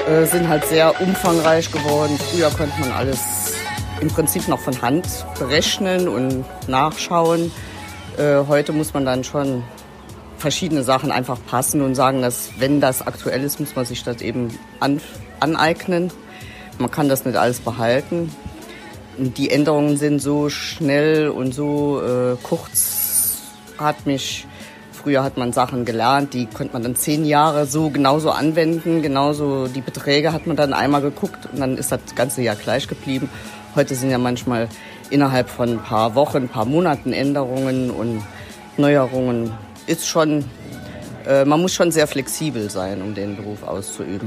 sind halt sehr umfangreich geworden. Früher konnte man alles im Prinzip noch von Hand berechnen und nachschauen. Heute muss man dann schon verschiedene Sachen einfach passen und sagen, dass wenn das aktuell ist, muss man sich das eben aneignen. Man kann das nicht alles behalten. Die Änderungen sind so schnell und so kurzatmig. Früher hat man Sachen gelernt, die konnte man dann 10 Jahre so genauso anwenden. Genauso die Beträge hat man dann einmal geguckt und dann ist das ganze Jahr gleich geblieben. Heute sind ja manchmal innerhalb von ein paar Wochen, ein paar Monaten Änderungen und Neuerungen. Ist schon, man muss schon sehr flexibel sein, um den Beruf auszuüben.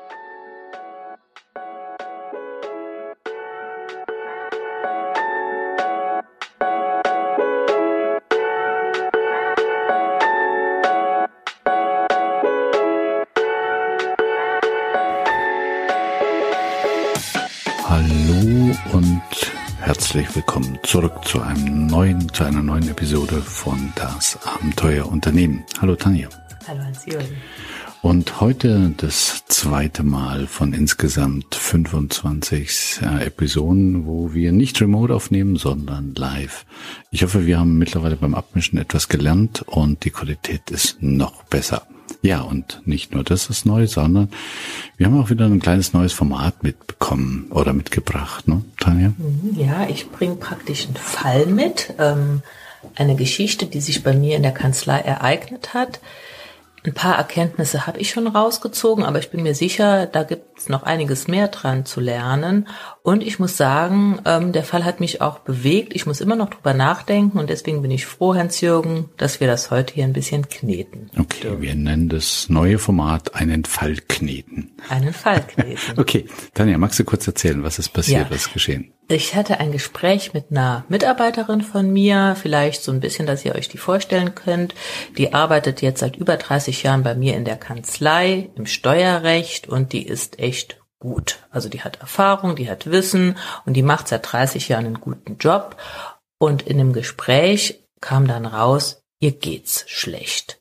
Hallo und herzlich willkommen zurück zu einer neuen Episode von Das Abenteuerunternehmen. Hallo Tanja. Hallo Hans-Jürgen. Und heute das zweite Mal von insgesamt 25 Episoden, wo wir nicht remote aufnehmen, sondern live. Ich hoffe, wir haben mittlerweile beim Abmischen etwas gelernt und die Qualität ist noch besser. Ja, und nicht nur das ist neu, sondern wir haben auch wieder ein kleines neues Format mitbekommen oder mitgebracht, ne, Tanja? Ja, ich bringe praktisch einen Fall mit, eine Geschichte, die sich bei mir in der Kanzlei ereignet hat. Ein paar Erkenntnisse habe ich schon rausgezogen, aber ich bin mir sicher, da gibt es noch einiges mehr dran zu lernen. Und ich muss sagen, der Fall hat mich auch bewegt. Ich muss immer noch drüber nachdenken und deswegen bin ich froh, Hans-Jürgen, dass wir das heute hier ein bisschen kneten. Okay, wir nennen das neue Format einen Fall kneten. Einen Fall kneten. Okay, Tanja, magst du kurz erzählen, was ist passiert, Ja. was ist geschehen? Ich hatte ein Gespräch mit einer Mitarbeiterin von mir, vielleicht so ein bisschen, dass ihr euch die vorstellen könnt. Die arbeitet jetzt seit über 30 Jahren bei mir in der Kanzlei, im Steuerrecht und die ist echt gut. Also die hat Erfahrung, die hat Wissen und die macht seit 30 Jahren einen guten Job. Und in dem Gespräch kam dann raus, ihr geht's schlecht.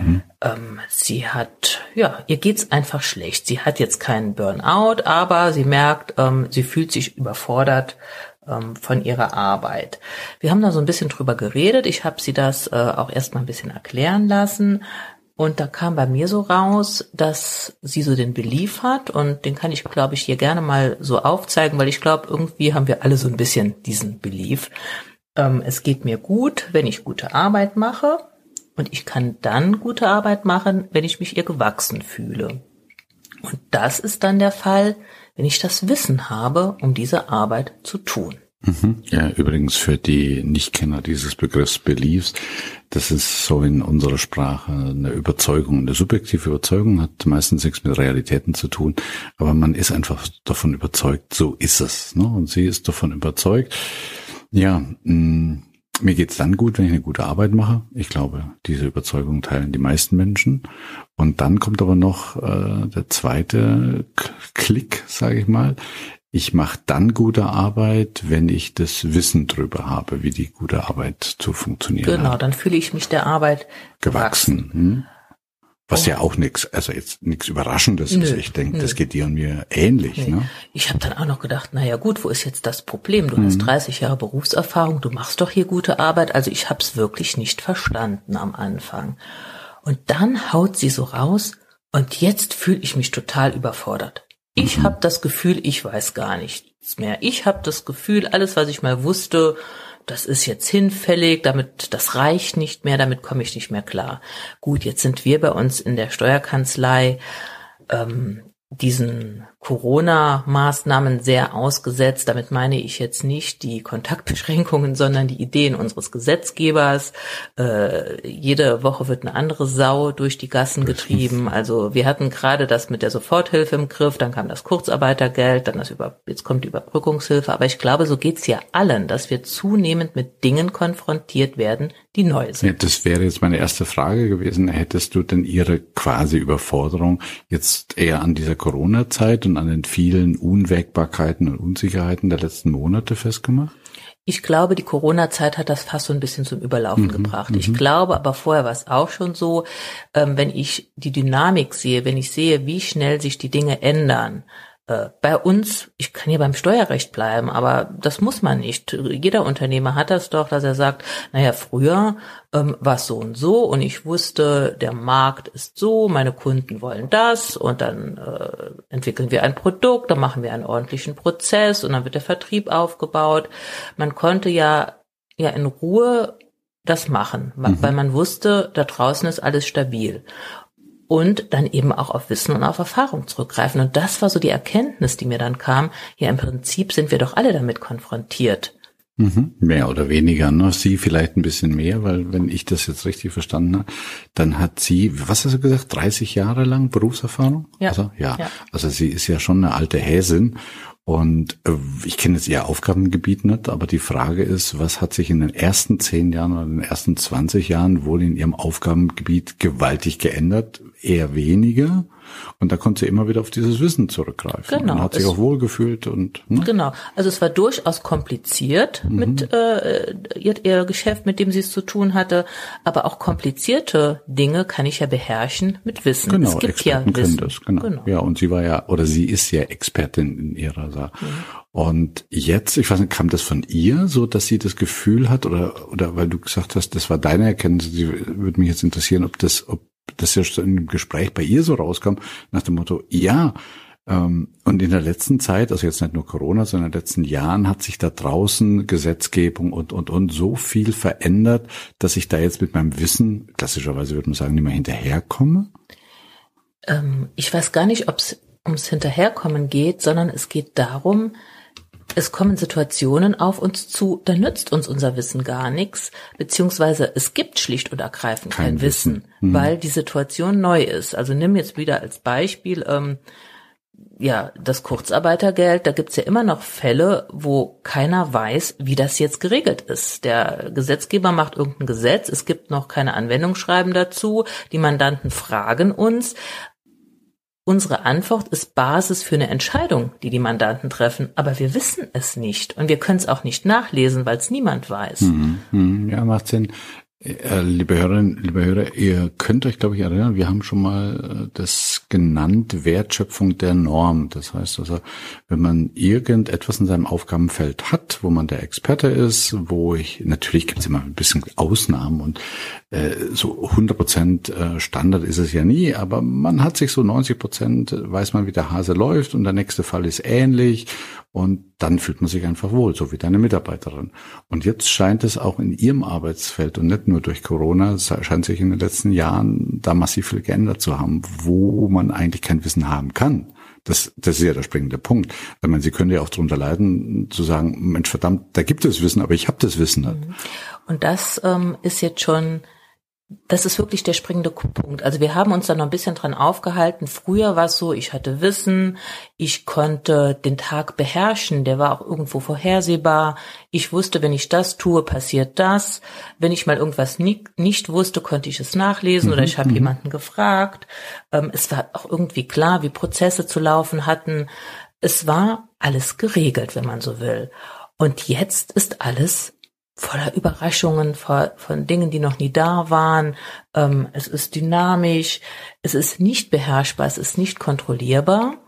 Ihr geht's einfach schlecht. Sie hat jetzt keinen Burnout, aber sie merkt, sie fühlt sich überfordert von ihrer Arbeit. Wir haben da so ein bisschen drüber geredet. Ich habe sie das auch erstmal ein bisschen erklären lassen. Und da kam bei mir so raus, dass sie so den Belief hat und den kann ich, glaube ich, hier gerne mal so aufzeigen, weil ich glaube, irgendwie haben wir alle so ein bisschen diesen Belief. Es geht mir gut, wenn ich gute Arbeit mache. Und ich kann dann gute Arbeit machen, wenn ich mich ihr gewachsen fühle. Und das ist dann der Fall, wenn ich das Wissen habe, um diese Arbeit zu tun. Ja, übrigens für die Nichtkenner dieses Begriffs Beliefs, das ist so in unserer Sprache eine Überzeugung, eine subjektive Überzeugung, hat meistens nichts mit Realitäten zu tun, aber man ist einfach davon überzeugt, so ist es, ne? Und sie ist davon überzeugt, ja, mir geht's dann gut, wenn ich eine gute Arbeit mache. Ich glaube, diese Überzeugung teilen die meisten Menschen. Und dann kommt aber noch der zweite Klick, sage ich mal. Ich mache dann gute Arbeit, wenn ich das Wissen drüber habe, wie die gute Arbeit zu funktionieren hat. Genau, dann fühle ich mich der Arbeit gewachsen. Was ja auch also jetzt nichts Überraschendes ist. Ich denke, das geht dir und mir ähnlich. Ne? Ich habe dann auch noch gedacht, naja gut, wo ist jetzt das Problem? Du hast 30 Jahre Berufserfahrung, du machst doch hier gute Arbeit. Also ich habe es wirklich nicht verstanden am Anfang. Und dann haut sie so raus und jetzt fühle ich mich total überfordert. Ich habe das Gefühl, ich weiß gar nichts mehr. Ich habe das Gefühl, alles, was ich mal wusste, das ist jetzt hinfällig, das reicht nicht mehr, damit komme ich nicht mehr klar. Gut, jetzt sind wir bei uns in der Steuerkanzlei diesen Corona-Maßnahmen sehr ausgesetzt. Damit meine ich jetzt nicht die Kontaktbeschränkungen, sondern die Ideen unseres Gesetzgebers. Jede Woche wird eine andere Sau durch die Gassen getrieben. Also wir hatten gerade das mit der Soforthilfe im Griff, dann kam das Kurzarbeitergeld, dann jetzt kommt die Überbrückungshilfe. Aber ich glaube, so geht's ja allen, dass wir zunehmend mit Dingen konfrontiert werden, die neu sind. Ja, das wäre jetzt meine erste Frage gewesen. Hättest du denn Ihre quasi Überforderung jetzt eher an dieser Corona-Zeit und an den vielen Unwägbarkeiten und Unsicherheiten der letzten Monate festgemacht? Ich glaube, die Corona-Zeit hat das fast so ein bisschen zum Überlaufen gebracht. Ich glaube, aber vorher war es auch schon so, wenn ich die Dynamik sehe, wenn ich sehe, wie schnell sich die Dinge ändern. Bei uns, ich kann hier beim Steuerrecht bleiben, aber das muss man nicht. Jeder Unternehmer hat das doch, dass er sagt, naja, früher war es so und ich wusste, der Markt ist so, meine Kunden wollen das und dann entwickeln wir ein Produkt, dann machen wir einen ordentlichen Prozess und dann wird der Vertrieb aufgebaut. Man konnte ja in Ruhe das machen, weil man wusste, da draußen ist alles stabil. Und dann eben auch auf Wissen und auf Erfahrung zurückgreifen. Und das war so die Erkenntnis, die mir dann kam. Ja, im Prinzip sind wir doch alle damit konfrontiert. Mehr oder weniger, ne? Sie vielleicht ein bisschen mehr, weil wenn ich das jetzt richtig verstanden habe, dann hat sie, was hast du gesagt, 30 Jahre lang Berufserfahrung? Ja. Also, ja. Also sie ist ja schon eine alte Häsin. Und ich kenne jetzt ihr Aufgabengebiet nicht, aber die Frage ist, was hat sich in den ersten 10 Jahren oder in den ersten 20 Jahren wohl in ihrem Aufgabengebiet gewaltig geändert? Eher weniger. Und da konnte sie immer wieder auf dieses Wissen zurückgreifen. Genau. Und hat sich auch wohlgefühlt und. Ne? Genau. Also es war durchaus kompliziert mit ihr Geschäft, mit dem sie es zu tun hatte. Aber auch komplizierte Dinge kann ich ja beherrschen mit Wissen. Genau, es gibt Experten ja Wissen. können das, genau. Ja, und sie war ja, oder sie ist ja Expertin in ihrer Sache. Und jetzt, ich weiß nicht, kam das von ihr, so dass sie das Gefühl hat, oder weil du gesagt hast, das war deine Erkenntnis, würde mich jetzt interessieren, ob das ja schon im Gespräch bei ihr so rauskam, nach dem Motto, ja, und in der letzten Zeit, also jetzt nicht nur Corona, sondern in den letzten Jahren hat sich da draußen Gesetzgebung und so viel verändert, dass ich da jetzt mit meinem Wissen, klassischerweise würde man sagen, nicht mehr hinterherkomme? Ich weiß gar nicht, ob es ums Hinterherkommen geht, sondern es geht darum, es kommen Situationen auf uns zu, da nützt uns unser Wissen gar nichts, beziehungsweise es gibt schlicht und ergreifend kein Wissen, weil die Situation neu ist. Also nimm jetzt wieder als Beispiel das Kurzarbeitergeld. Da gibt's ja immer noch Fälle, wo keiner weiß, wie das jetzt geregelt ist. Der Gesetzgeber macht irgendein Gesetz, es gibt noch keine Anwendungsschreiben dazu, die Mandanten fragen uns. Unsere Antwort ist Basis für eine Entscheidung, die die Mandanten treffen, aber wir wissen es nicht und wir können es auch nicht nachlesen, weil es niemand weiß. Ja, macht Sinn. Liebe Hörerinnen, liebe Hörer, ihr könnt euch, glaube ich, erinnern, wir haben schon mal das genannt, Wertschöpfung der Norm. Das heißt also, wenn man irgendetwas in seinem Aufgabenfeld hat, wo man der Experte ist, natürlich gibt es immer ein bisschen Ausnahmen und so 100% Standard ist es ja nie, aber man hat sich so 90%, weiß man, wie der Hase läuft und der nächste Fall ist ähnlich und dann fühlt man sich einfach wohl, so wie deine Mitarbeiterin. Und jetzt scheint es auch in ihrem Arbeitsfeld und nicht nur durch Corona, es scheint sich in den letzten Jahren da massiv viel geändert zu haben, wo man eigentlich kein Wissen haben kann. Das ist ja der springende Punkt. Ich meine, Sie können ja auch darunter leiden, zu sagen, Mensch, verdammt, da gibt es Wissen, aber ich habe das Wissen nicht. Und das ist jetzt schon, das ist wirklich der springende Punkt. Also wir haben uns da noch ein bisschen dran aufgehalten. Früher war es so, ich hatte Wissen, ich konnte den Tag beherrschen, der war auch irgendwo vorhersehbar. Ich wusste, wenn ich das tue, passiert das. Wenn ich mal irgendwas nicht wusste, konnte ich es nachlesen oder ich habe jemanden gefragt. Es war auch irgendwie klar, wie Prozesse zu laufen hatten. Es war alles geregelt, wenn man so will. Und jetzt ist alles voller Überraschungen, von Dingen, die noch nie da waren. Es ist dynamisch, es ist nicht beherrschbar, es ist nicht kontrollierbar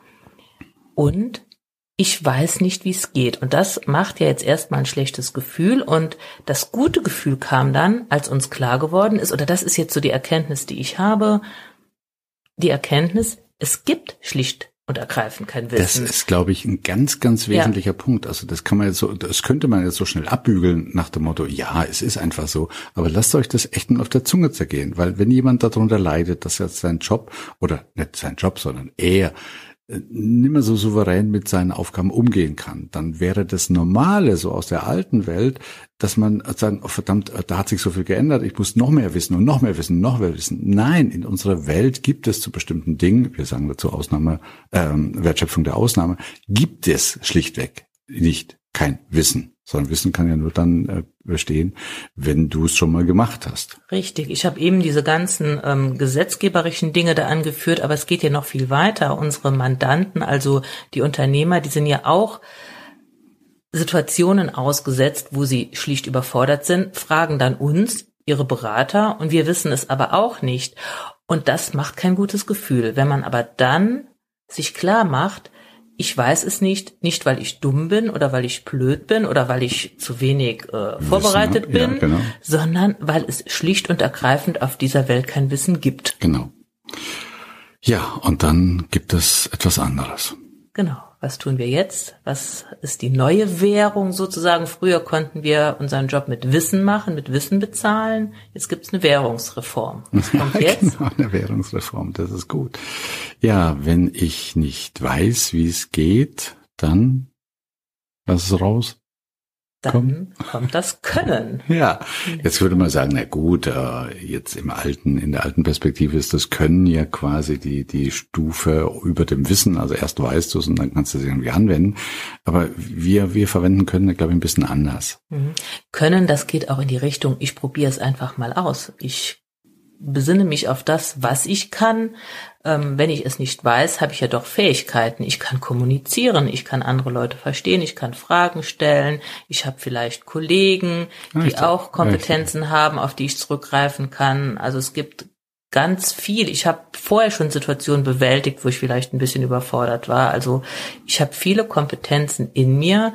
und ich weiß nicht, wie es geht. Und das macht ja jetzt erstmal ein schlechtes Gefühl und das gute Gefühl kam dann, als uns klar geworden ist, oder das ist jetzt so die Erkenntnis, die ich habe, die Erkenntnis, es gibt schlicht und ergreifend kein Wissen. Das ist, glaube ich, ein ganz, ganz wesentlicher Punkt. Also das könnte man jetzt so schnell abbügeln nach dem Motto, ja, es ist einfach so. Aber lasst euch das echt mal auf der Zunge zergehen, weil wenn jemand darunter leidet, dass er sein Job, oder nicht sein Job, sondern er nicht mehr so souverän mit seinen Aufgaben umgehen kann, dann wäre das Normale so aus der alten Welt, dass man sagt, oh verdammt, da hat sich so viel geändert, ich muss noch mehr wissen und noch mehr wissen, noch mehr wissen. Nein, in unserer Welt gibt es zu bestimmten Dingen, wir sagen dazu Wertschöpfung der Ausnahme, gibt es schlichtweg nicht kein Wissen, sondern Wissen kann ja nur dann bestehen, wenn du es schon mal gemacht hast. Richtig, ich habe eben diese ganzen gesetzgeberischen Dinge da angeführt, aber es geht ja noch viel weiter. Unsere Mandanten, also die Unternehmer, die sind ja auch Situationen ausgesetzt, wo sie schlicht überfordert sind, fragen dann uns, ihre Berater, und wir wissen es aber auch nicht. Und das macht kein gutes Gefühl. Wenn man aber dann sich klar macht, ich weiß es nicht weil ich dumm bin oder weil ich blöd bin oder weil ich zu wenig vorbereitet bin, genau. sondern weil es schlicht und ergreifend auf dieser Welt kein Wissen gibt. Genau. Ja, und dann gibt es etwas anderes. Genau. Was tun wir jetzt? Was ist die neue Währung sozusagen? Früher konnten wir unseren Job mit Wissen machen, mit Wissen bezahlen. Jetzt gibt's eine Währungsreform. Was kommt jetzt? Genau, eine Währungsreform, das ist gut. Ja, wenn ich nicht weiß, wie es geht, dann lass es raus. Dann kommt das Können. Ja, jetzt würde man sagen, na gut, jetzt in der alten Perspektive ist das Können ja quasi die Stufe über dem Wissen. Also erst weißt du es und dann kannst du es irgendwie anwenden. Aber wir verwenden Können, glaube ich, ein bisschen anders. Können, das geht auch in die Richtung, ich probiere es einfach mal aus. Ich besinne mich auf das, was ich kann. Wenn ich es nicht weiß, habe ich ja doch Fähigkeiten. Ich kann kommunizieren, ich kann andere Leute verstehen, ich kann Fragen stellen. Ich habe vielleicht Kollegen, die auch Kompetenzen haben, auf die ich zurückgreifen kann. Also es gibt ganz viel. Ich habe vorher schon Situationen bewältigt, wo ich vielleicht ein bisschen überfordert war. Also ich habe viele Kompetenzen in mir,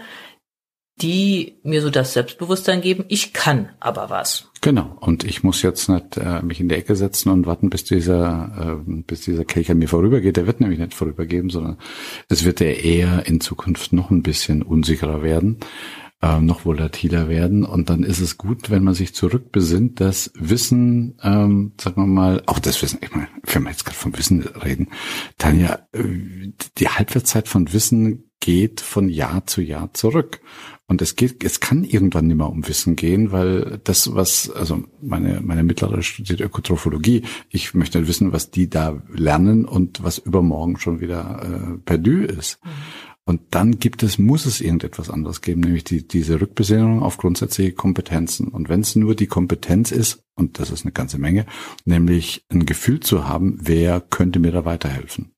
die mir so das Selbstbewusstsein geben, ich kann aber was. Genau. Und ich muss jetzt nicht mich in die Ecke setzen und warten, bis dieser Kelch an mir vorübergeht. Der wird nämlich nicht vorübergehen, sondern es wird ja eher in Zukunft noch ein bisschen unsicherer werden, noch volatiler werden. Und dann ist es gut, wenn man sich zurückbesinnt, das Wissen, sagen wir mal, auch das Wissen, ich meine, wenn wir jetzt gerade vom Wissen reden, Tanja, die Halbwertszeit von Wissen geht von Jahr zu Jahr zurück. Und es kann irgendwann nicht mehr um Wissen gehen, weil also meine Mittlere studiert Ökotrophologie. Ich möchte nicht wissen, was die da lernen und was übermorgen schon wieder perdu ist. Und dann muss es irgendetwas anderes geben, nämlich diese Rückbesinnung auf grundsätzliche Kompetenzen. Und wenn es nur die Kompetenz ist, und das ist eine ganze Menge, nämlich ein Gefühl zu haben, wer könnte mir da weiterhelfen.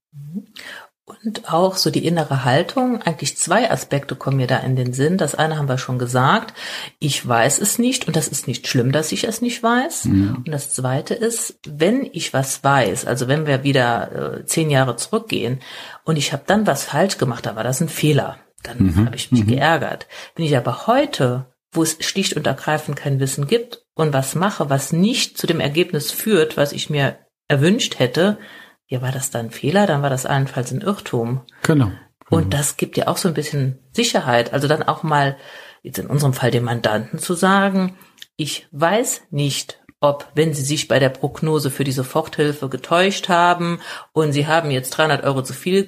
Und auch so die innere Haltung, eigentlich 2 Aspekte kommen mir da in den Sinn. Das eine haben wir schon gesagt, ich weiß es nicht und das ist nicht schlimm, dass ich es nicht weiß. Ja. Und das zweite ist, wenn ich was weiß, also wenn wir wieder 10 Jahre zurückgehen und ich habe dann was falsch gemacht, da war das ein Fehler, dann habe ich mich geärgert. Wenn ich aber heute, wo es schlicht und ergreifend kein Wissen gibt und was mache, was nicht zu dem Ergebnis führt, was ich mir erwünscht hätte, ja, war das dann ein Fehler? Dann war das allenfalls ein Irrtum. Genau. Und das gibt ja auch so ein bisschen Sicherheit. Also dann auch mal, jetzt in unserem Fall dem Mandanten zu sagen, ich weiß nicht, ob, wenn Sie sich bei der Prognose für die Soforthilfe getäuscht haben und Sie haben jetzt 300 € zu viel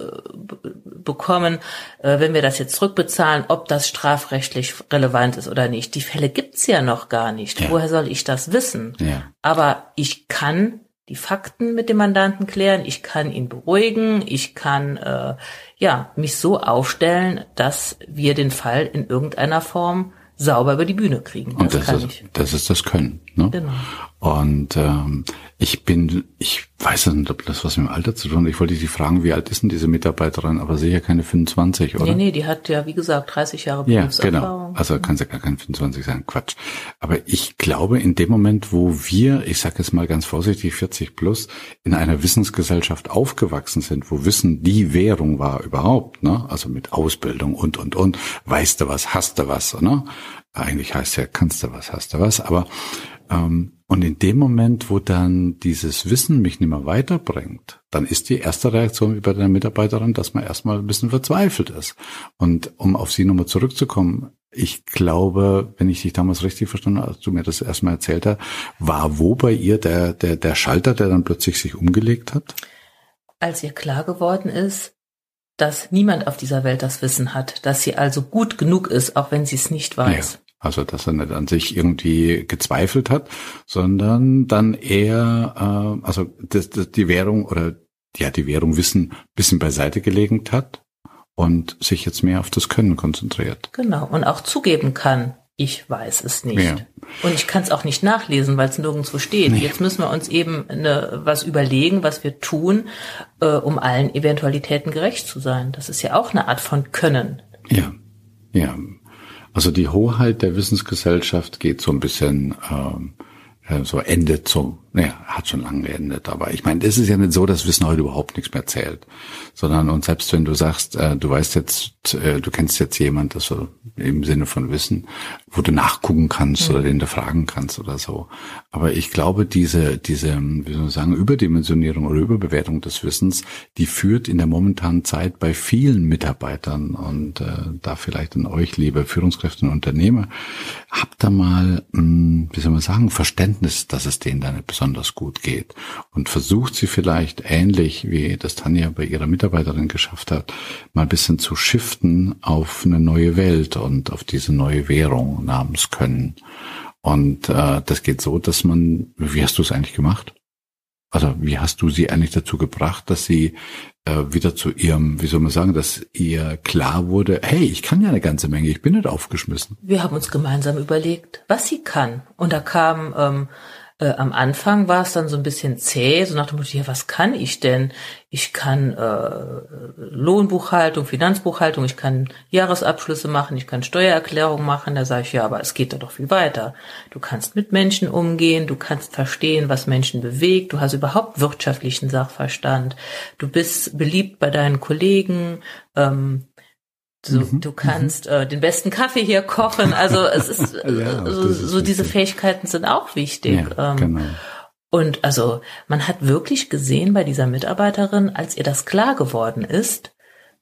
bekommen, wenn wir das jetzt zurückbezahlen, ob das strafrechtlich relevant ist oder nicht. Die Fälle gibt's ja noch gar nicht. Ja. Woher soll ich das wissen? Ja. Aber ich kann die Fakten mit dem Mandanten klären, ich kann ihn beruhigen, ich kann mich so aufstellen, dass wir den Fall in irgendeiner Form sauber über die Bühne kriegen. Und das ist das Können. Ne? Genau. Und ich weiß nicht, ob das was mit dem Alter zu tun hat. Ich wollte dich fragen, wie alt ist denn diese Mitarbeiterin? Aber sicher keine 25, oder? Nee, die hat ja, wie gesagt, 30 Jahre Berufserfahrung. Ja, genau. Also kann sie gar keine 25 sein. Quatsch. Aber ich glaube, in dem Moment, wo wir, ich sage jetzt mal ganz vorsichtig, 40 plus, in einer Wissensgesellschaft aufgewachsen sind, wo Wissen die Währung war überhaupt, ne? Also mit Ausbildung und. Weißt du was, hast du was, ne? Eigentlich heißt ja, kannst du was, hast du was. Aber und in dem Moment, wo dann dieses Wissen mich nicht mehr weiterbringt, dann ist die erste Reaktion wie bei der Mitarbeiterin, dass man erstmal ein bisschen verzweifelt ist. Und um auf sie nochmal zurückzukommen, ich glaube, wenn ich dich damals richtig verstanden habe, als du mir das erstmal erzählt hast, war wo bei ihr der Schalter, der dann plötzlich sich umgelegt hat? Als ihr klar geworden ist, dass niemand auf dieser Welt das Wissen hat, dass sie also gut genug ist, auch wenn sie es nicht weiß. Ja. Also, dass er nicht an sich irgendwie gezweifelt hat, sondern dann eher, die Währung oder die Währung Wissen ein bisschen beiseite gelegt hat und sich jetzt mehr auf das Können konzentriert. Genau. Und auch zugeben kann, ich weiß es nicht. Ja. Und ich kann es auch nicht nachlesen, weil es nirgendwo steht. Nee. Jetzt müssen wir uns eben was überlegen, was wir tun, um allen Eventualitäten gerecht zu sein. Das ist ja auch eine Art von Können. Ja. Ja, also die Hoheit der Wissensgesellschaft geht so ein bisschen so endet so, hat schon lange geendet, aber ich meine, es ist ja nicht so, dass Wissen heute überhaupt nichts mehr zählt, sondern und selbst wenn du sagst, du weißt jetzt, du kennst jetzt jemand, das so im Sinne von Wissen, wo du nachgucken kannst oder den du fragen kannst oder so. Aber ich glaube, diese, wie soll man sagen, Überdimensionierung oder Überbewertung des Wissens, die führt in der momentanen Zeit bei vielen Mitarbeitern und da vielleicht an euch, liebe Führungskräfte und Unternehmer, habt da mal, wie soll man sagen, Verständnis, dass es denen da nicht besonders gut geht und versucht sie vielleicht ähnlich wie das Tanja bei ihrer Mitarbeiterin geschafft hat, mal ein bisschen zu shiften auf eine neue Welt und auf diese neue Währung namens Können. Und das geht so, dass wie hast du es eigentlich gemacht? Also wie hast du sie eigentlich dazu gebracht, dass sie wieder zu ihrem, wie soll man sagen, dass ihr klar wurde, hey, ich kann ja eine ganze Menge, ich bin nicht aufgeschmissen. Wir haben uns gemeinsam überlegt, was sie kann. Und da kam am Anfang war es dann so ein bisschen zäh, so nach dem Motto, ja, was kann ich denn? Ich kann Lohnbuchhaltung, Finanzbuchhaltung, ich kann Jahresabschlüsse machen, ich kann Steuererklärung machen. Da sage ich, ja, aber es geht doch viel weiter. Du kannst mit Menschen umgehen, du kannst verstehen, was Menschen bewegt, du hast überhaupt wirtschaftlichen Sachverstand, du bist beliebt bei deinen Kollegen, du kannst den besten Kaffee hier kochen. Also es ist so diese Fähigkeiten sind auch wichtig. Ja, genau. Und also man hat wirklich gesehen bei dieser Mitarbeiterin, als ihr das klar geworden ist,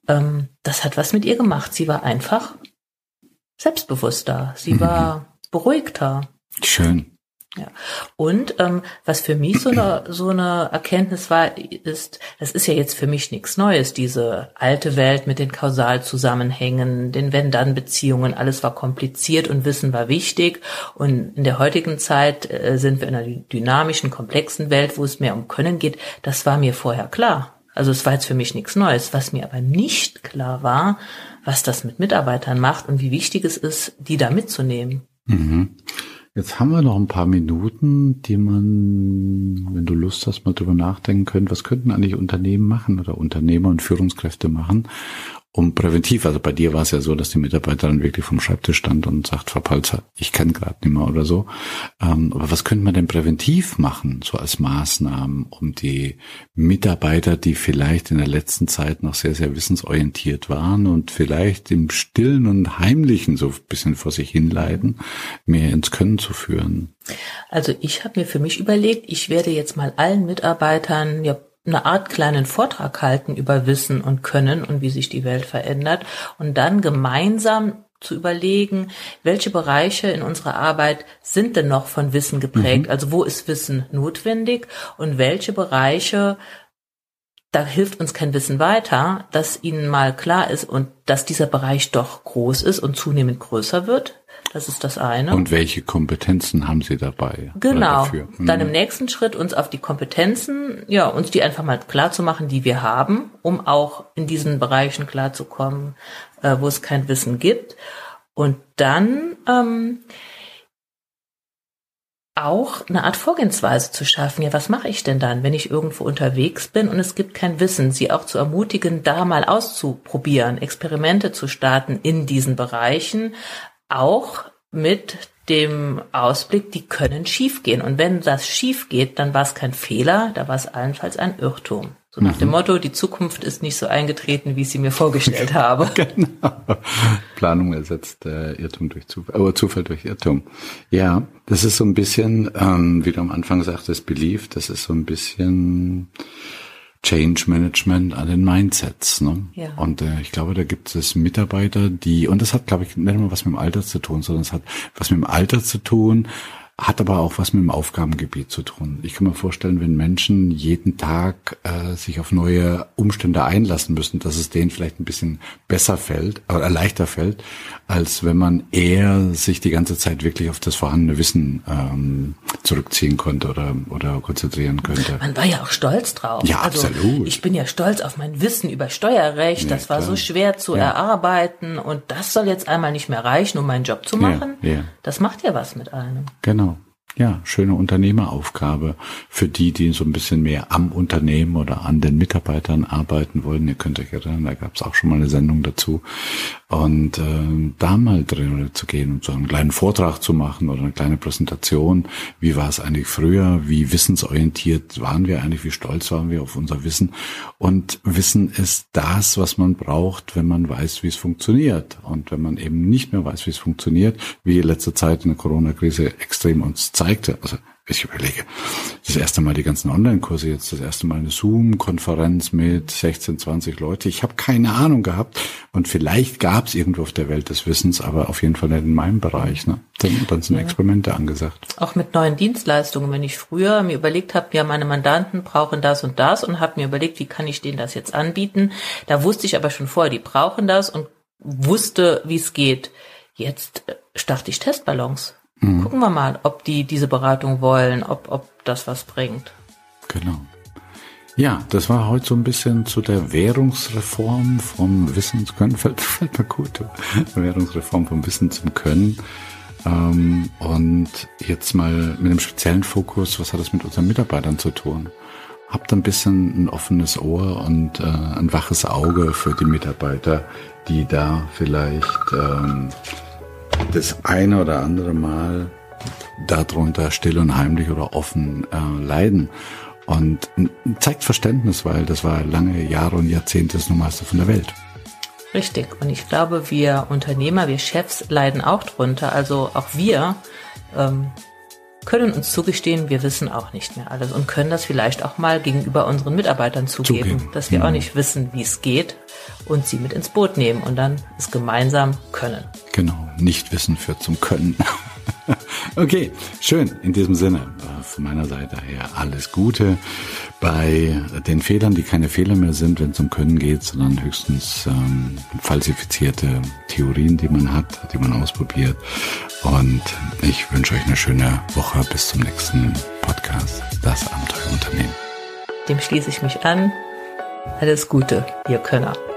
das hat was mit ihr gemacht. Sie war einfach selbstbewusster. Sie war beruhigter. Schön. Ja. Und was für mich so eine Erkenntnis war, ist, das ist ja jetzt für mich nichts Neues, diese alte Welt mit den Kausalzusammenhängen, den Wenn-Dann-Beziehungen, alles war kompliziert und Wissen war wichtig. Und in der heutigen Zeit sind wir in einer dynamischen, komplexen Welt, wo es mehr um Können geht. Das war mir vorher klar. Also es war jetzt für mich nichts Neues. Was mir aber nicht klar war, was das mit Mitarbeitern macht und wie wichtig es ist, die da mitzunehmen. Mhm. Jetzt haben wir noch ein paar Minuten, die man, wenn du Lust hast, mal drüber nachdenken können. Was könnten eigentlich Unternehmen machen oder Unternehmer und Führungskräfte machen, um präventiv, also bei dir war es ja so, dass die Mitarbeiterin wirklich vom Schreibtisch stand und sagt, Frau Palzer, ich kann gerade nicht mehr oder so. Aber was könnte man denn präventiv machen, so als Maßnahmen, um die Mitarbeiter, die vielleicht in der letzten Zeit noch sehr, sehr wissensorientiert waren und vielleicht im Stillen und Heimlichen so ein bisschen vor sich hinleiden, mehr ins Können zu führen? Also ich habe mir für mich überlegt, ich werde jetzt mal allen Mitarbeitern eine Art kleinen Vortrag halten über Wissen und Können und wie sich die Welt verändert und dann gemeinsam zu überlegen, welche Bereiche in unserer Arbeit sind denn noch von Wissen geprägt, also wo ist Wissen notwendig und welche Bereiche, da hilft uns kein Wissen weiter, dass ihnen mal klar ist und dass dieser Bereich doch groß ist und zunehmend größer wird. Das ist das eine. Und welche Kompetenzen haben Sie dabei? Genau. Dafür? Dann im nächsten Schritt uns auf die Kompetenzen, uns die einfach mal klar zu machen, die wir haben, um auch in diesen Bereichen klarzukommen, wo es kein Wissen gibt. Und dann auch eine Art Vorgehensweise zu schaffen. Ja, was mache ich denn dann, wenn ich irgendwo unterwegs bin und es gibt kein Wissen? Sie auch zu ermutigen, da mal auszuprobieren, Experimente zu starten in diesen Bereichen, auch mit dem Ausblick, die können schiefgehen. Und wenn das schief geht, dann war es kein Fehler, da war es allenfalls ein Irrtum. So nach dem Motto, die Zukunft ist nicht so eingetreten, wie ich sie mir vorgestellt habe. Genau. Planung ersetzt Irrtum durch Zufall, Zufall durch Irrtum. Ja, das ist so ein bisschen, wie du am Anfang sagtest, Belief, das ist so ein bisschen Change Management an den Mindsets, ne? Ja. Und ich glaube, da gibt es Mitarbeiter, und das hat, glaube ich, nicht nur was mit dem Alter zu tun, sondern es hat was mit dem Alter zu tun, hat aber auch was mit dem Aufgabengebiet zu tun. Ich kann mir vorstellen, wenn Menschen jeden Tag sich auf neue Umstände einlassen müssen, dass es denen vielleicht ein bisschen besser fällt oder leichter fällt, als wenn man eher sich die ganze Zeit wirklich auf das vorhandene Wissen zurückziehen konnte oder konzentrieren könnte. Man war ja auch stolz drauf. Ja, also, absolut. Ich bin ja stolz auf mein Wissen über Steuerrecht. Ja, das war klar. so schwer zu erarbeiten und das soll jetzt einmal nicht mehr reichen, um meinen Job zu machen. Ja. Das macht ja was mit einem. Genau. schöne Unternehmeraufgabe für die so ein bisschen mehr am Unternehmen oder an den Mitarbeitern arbeiten wollen. Ihr könnt euch erinnern, da gab es auch schon mal eine Sendung dazu. Und da mal drin zu gehen und so einen kleinen Vortrag zu machen oder eine kleine Präsentation. Wie war es eigentlich früher? Wie wissensorientiert waren wir eigentlich? Wie stolz waren wir auf unser Wissen? Und Wissen ist das, was man braucht, wenn man weiß, wie es funktioniert. Und wenn man eben nicht mehr weiß, wie es funktioniert, wie letzte Zeit in der Corona-Krise extrem uns zeigte. Also ich überlege, das erste Mal die ganzen Online-Kurse, jetzt das erste Mal eine Zoom-Konferenz mit 16, 20 Leute. Ich habe keine Ahnung gehabt und vielleicht gab es irgendwo auf der Welt des Wissens, aber auf jeden Fall nicht in meinem Bereich. Ne? Dann sind Experimente angesagt. Auch mit neuen Dienstleistungen, wenn ich früher mir überlegt habe, ja, meine Mandanten brauchen das und habe mir überlegt, wie kann ich denen das jetzt anbieten. Da wusste ich aber schon vorher, die brauchen das und wusste, wie es geht. Jetzt starte ich Testballons. Gucken wir mal, ob die diese Beratung wollen, ob das was bringt. Genau. Ja, das war heute so ein bisschen zu der Währungsreform vom Wissen zum Können. Fällt mir gut. Währungsreform vom Wissen zum Können. Und jetzt mal mit einem speziellen Fokus, was hat das mit unseren Mitarbeitern zu tun? Habt ein bisschen ein offenes Ohr und ein waches Auge für die Mitarbeiter, die da vielleicht das eine oder andere Mal darunter still und heimlich oder offen leiden. Und zeigt Verständnis, weil das war lange Jahre und Jahrzehnte das Normalste von der Welt. Richtig. Und ich glaube, wir Unternehmer, wir Chefs leiden auch drunter. Also auch wir können uns zugestehen, wir wissen auch nicht mehr alles und können das vielleicht auch mal gegenüber unseren Mitarbeitern zugeben. Dass wir auch nicht wissen, wie es geht und sie mit ins Boot nehmen und dann es gemeinsam können. Genau, Nichtwissen führt zum Können. Okay, schön. In diesem Sinne, von meiner Seite her alles Gute bei den Fehlern, die keine Fehler mehr sind, wenn es um Können geht, sondern höchstens falsifizierte Theorien, die man hat, die man ausprobiert. Und ich wünsche euch eine schöne Woche. Bis zum nächsten Podcast, das Abenteuerunternehmen. Dem schließe ich mich an. Alles Gute, ihr Könner.